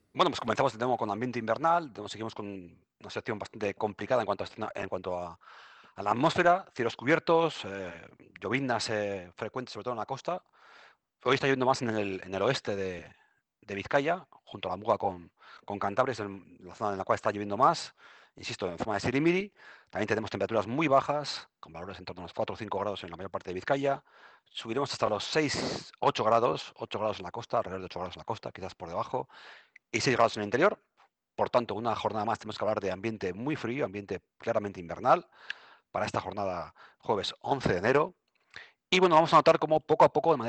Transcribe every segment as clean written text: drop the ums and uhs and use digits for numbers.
Bueno, pues comenzamos de nuevo con ambiente invernal, seguimos con una situación bastante complicada en cuanto a la atmósfera, cielos cubiertos, lloviznas frecuentes, sobre todo en la costa. Hoy está lloviendo más en el oeste de Vizcaya, junto a la Muga con Cantabria, es la zona en la cual está lloviendo más, insisto, en forma de sirimiri. También tenemos temperaturas muy bajas, con valores en torno a los 4 o 5 grados en la mayor parte de Vizcaya. Subiremos hasta los 6, 8 grados en la costa, alrededor de 8 grados en la costa, quizás por debajo, y 6 grados en el interior. Por tanto, una jornada más tenemos que hablar de ambiente muy frío, ambiente claramente invernal, para esta jornada jueves 11 de enero. Y bueno, vamos a notar cómo poco a poco,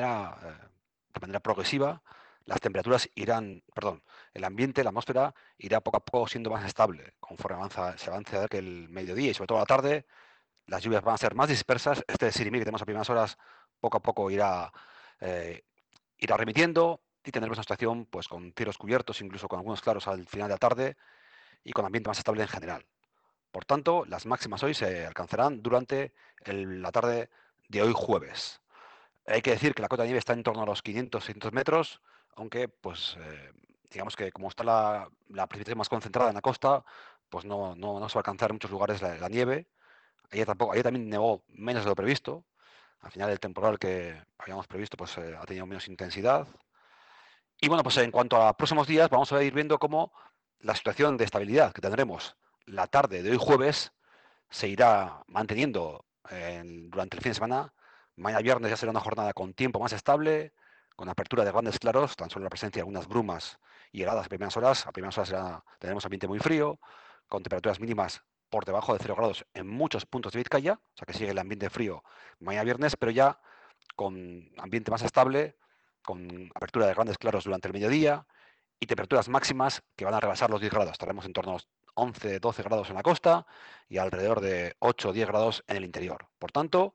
de manera progresiva, las temperaturas irán, perdón, el ambiente, la atmósfera irá poco a poco siendo más estable conforme se avance a que el mediodía y sobre todo la tarde, las lluvias van a ser más dispersas. Este sirimir que tenemos a primeras horas poco a poco eh, irá remitiendo y tendremos una situación pues con cielos cubiertos, incluso con algunos claros al final de la tarde y con ambiente más estable en general. Por tanto, las máximas hoy se alcanzarán durante la tarde de hoy jueves. Hay que decir que la cota de nieve está en torno a los 500-600 metros, aunque, pues, digamos que como está la precipitación más concentrada en la costa, pues no se va a alcanzar en muchos lugares la nieve. Ayer también nevó menos de lo previsto. Al final el temporal que habíamos previsto pues, ha tenido menos intensidad. Y bueno, pues en cuanto a próximos días, vamos a ir viendo cómo la situación de estabilidad que tendremos la tarde de hoy jueves se irá manteniendo durante el fin de semana. Mañana viernes ya será una jornada con tiempo más estable, con apertura de grandes claros, tan solo la presencia de algunas brumas y heladas a primeras horas. A primeras horas tendremos ambiente muy frío, con temperaturas mínimas por debajo de 0 grados en muchos puntos de Vizcaya, o sea que sigue el ambiente frío mañana viernes, pero ya con ambiente más estable, con apertura de grandes claros durante el mediodía y temperaturas máximas que van a rebasar los 10 grados. Estaremos en torno a los 11-12 grados en la costa y alrededor de 8 o 10 grados en el interior. Por tanto,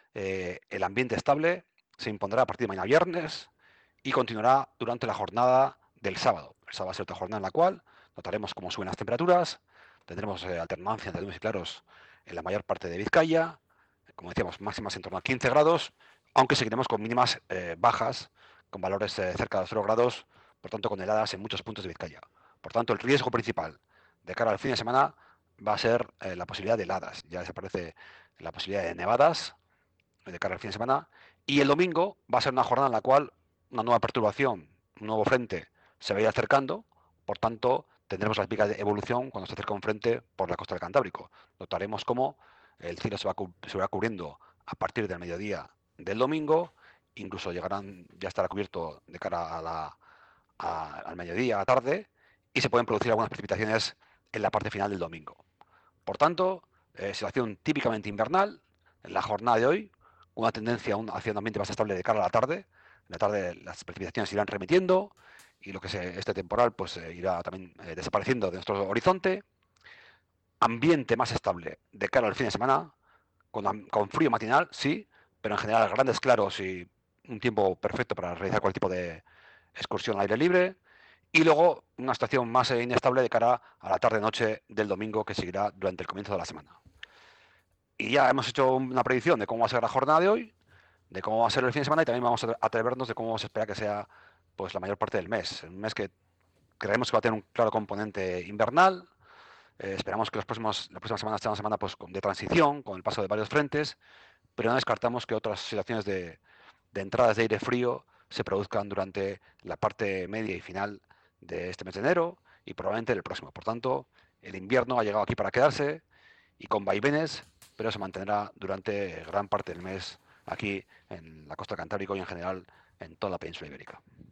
el ambiente estable se impondrá a partir de mañana viernes y continuará durante la jornada del sábado. El sábado va a ser otra jornada en la cual notaremos cómo suben las temperaturas, tendremos alternancia entre nubes y claros en la mayor parte de Vizcaya, como decíamos, máximas en torno a 15 grados, aunque seguiremos con mínimas bajas, con valores cerca de 0 grados, por tanto con heladas en muchos puntos de Vizcaya. Por tanto, el riesgo principal de cara al fin de semana va a ser la posibilidad de heladas. Ya desaparece la posibilidad de nevadas de cara al fin de semana. Y el domingo va a ser una jornada en la cual una nueva perturbación, un nuevo frente se va a ir acercando, por tanto tendremos las picas de evolución cuando se acerca un frente por la costa del Cantábrico. Notaremos cómo el cielo se va cubriendo a partir del mediodía del domingo, incluso ya estará cubierto de cara al mediodía, a la tarde, y se pueden producir algunas precipitaciones en la parte final del domingo. Por tanto, situación típicamente invernal en la jornada de hoy, una tendencia hacia un ambiente más estable de cara a la tarde. En la tarde las precipitaciones irán remitiendo y este temporal pues irá también desapareciendo de nuestro horizonte. Ambiente más estable de cara al fin de semana, con frío matinal, sí, pero en general grandes claros y un tiempo perfecto para realizar cualquier tipo de excursión al aire libre. Y luego una situación más inestable de cara a la tarde-noche del domingo que seguirá durante el comienzo de la semana. Y ya hemos hecho una predicción de cómo va a ser la jornada de hoy, de cómo va a ser el fin de semana y también vamos a atrevernos de cómo se espera que sea pues la mayor parte del mes. Un mes que creemos que va a tener un claro componente invernal. Esperamos que las próximas semanas sea una semana pues, de transición, con el paso de varios frentes, pero no descartamos que otras situaciones de entradas de aire frío se produzcan durante la parte media y final de este mes de enero y probablemente el próximo. Por tanto, el invierno ha llegado aquí para quedarse y con vaivenes, pero se mantendrá durante gran parte del mes aquí en la costa cantábrica y en general en toda la península ibérica.